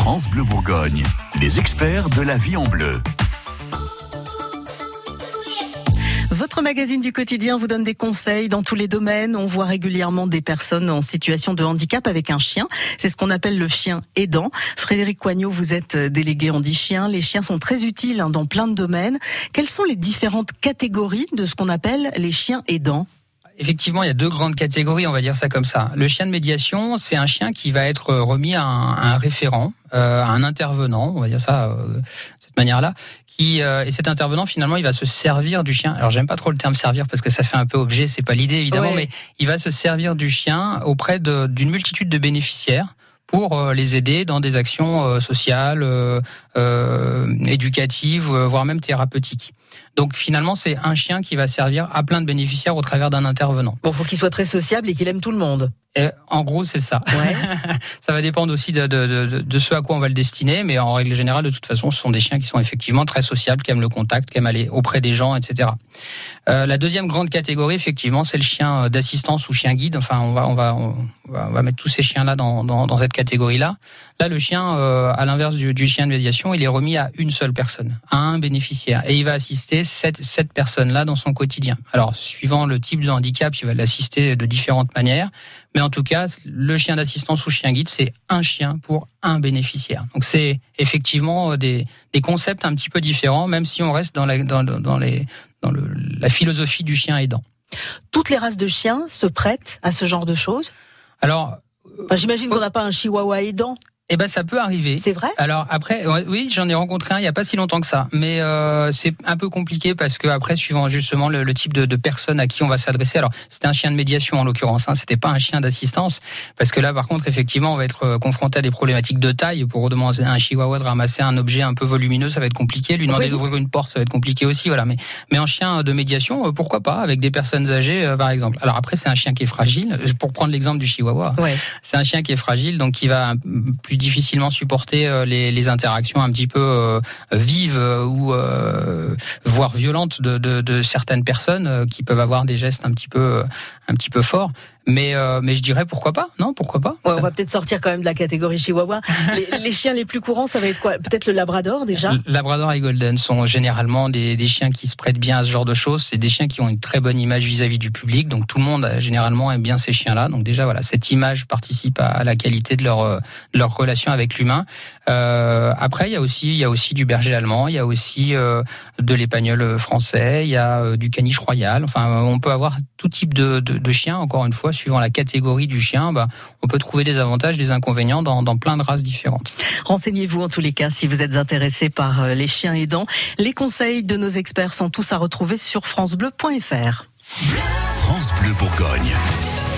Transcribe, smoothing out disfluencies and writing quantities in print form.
France Bleu Bourgogne, les experts de la vie en bleu. Votre magazine du quotidien vous donne des conseils dans tous les domaines. On voit régulièrement des personnes en situation de handicap avec un chien. C'est ce qu'on appelle le chien aidant. Frédéric Coignot, vous êtes délégué handi-chien. Les chiens sont très utiles dans plein de domaines. Quelles sont les différentes catégories de ce qu'on appelle les chiens aidants ? Effectivement, il y a deux grandes catégories, on va dire ça comme ça. Le chien de médiation, c'est un chien qui va être remis à un référent, à un intervenant, on va dire ça de cette manière-là. Et cet intervenant, finalement, il va se servir du chien. Alors, j'aime pas trop le terme servir parce que ça fait un peu objet, c'est pas l'idée évidemment, mais il va se servir du chien auprès d'une multitude de bénéficiaires pour les aider dans des actions sociales, éducatives, voire même thérapeutiques. Donc finalement, c'est un chien qui va servir à plein de bénéficiaires au travers d'un intervenant. Bon, faut qu'il soit très sociable et qu'il aime tout le monde. Et en gros, c'est ça. Ouais. Ça va dépendre aussi de ce à quoi on va le destiner, mais en règle générale, de toute façon, ce sont des chiens qui sont effectivement très sociables, qui aiment le contact, qui aiment aller auprès des gens, etc. La deuxième grande catégorie, effectivement, c'est le chien d'assistance ou chien guide. Enfin, on va mettre tous ces chiens-là dans cette catégorie-là. Là, le chien, à l'inverse du chien de médiation, il est remis à une seule personne, à un bénéficiaire, et il va assister cette personne-là dans son quotidien. Alors, suivant le type de handicap, il va l'assister de différentes manières. Mais en tout cas, le chien d'assistance ou chien guide, c'est un chien pour un bénéficiaire. Donc c'est effectivement des concepts un petit peu différents, même si on reste dans la philosophie du chien aidant. Toutes les races de chiens se prêtent à ce genre de choses ? Alors, j'imagine qu'on n'a pas un chihuahua aidant. Eh ben, ça peut arriver. C'est vrai ? Alors après, oui, j'en ai rencontré un il y a pas si longtemps que ça, mais c'est un peu compliqué parce que après, suivant justement le type de personne à qui on va s'adresser. Alors, c'était un chien de médiation en l'occurrence, hein, c'était pas un chien d'assistance, parce que là, par contre, effectivement, on va être confronté à des problématiques de taille. Pour demander à un chihuahua de ramasser un objet un peu volumineux, ça va être compliqué. Lui demander d'ouvrir une porte, ça va être compliqué aussi, voilà. Mais en chien de médiation, pourquoi pas, avec des personnes âgées, par exemple. Alors après, c'est un chien qui est fragile. Pour prendre l'exemple du chihuahua, c'est un chien qui est fragile, donc qui va plus difficilement supporter les interactions un petit peu vives ou voire violentes de certaines personnes qui peuvent avoir des gestes un petit peu forts. Mais je dirais pourquoi pas, non, pourquoi pas. Ouais, on va peut-être sortir quand même de la catégorie chihuahua. Les chiens les plus courants, ça va être quoi ? Peut-être le labrador déjà ? Le labrador et golden sont généralement des chiens qui se prêtent bien à ce genre de choses. C'est des chiens qui ont une très bonne image vis-à-vis du public, donc tout le monde généralement aime bien ces chiens-là. Donc déjà voilà, cette image participe à la qualité de leur relation avec l'humain. Après, il y a aussi du berger allemand, il y a aussi de l'épagnol français, il y a du caniche royal. Enfin, on peut avoir tout type de chiens. Encore une fois, suivant la catégorie du chien, on peut trouver des avantages, des inconvénients dans plein de races différentes. Renseignez-vous en tous les cas si vous êtes intéressé par les chiens aidants. Les conseils de nos experts sont tous à retrouver sur francebleu.fr. France Bleu Bourgogne.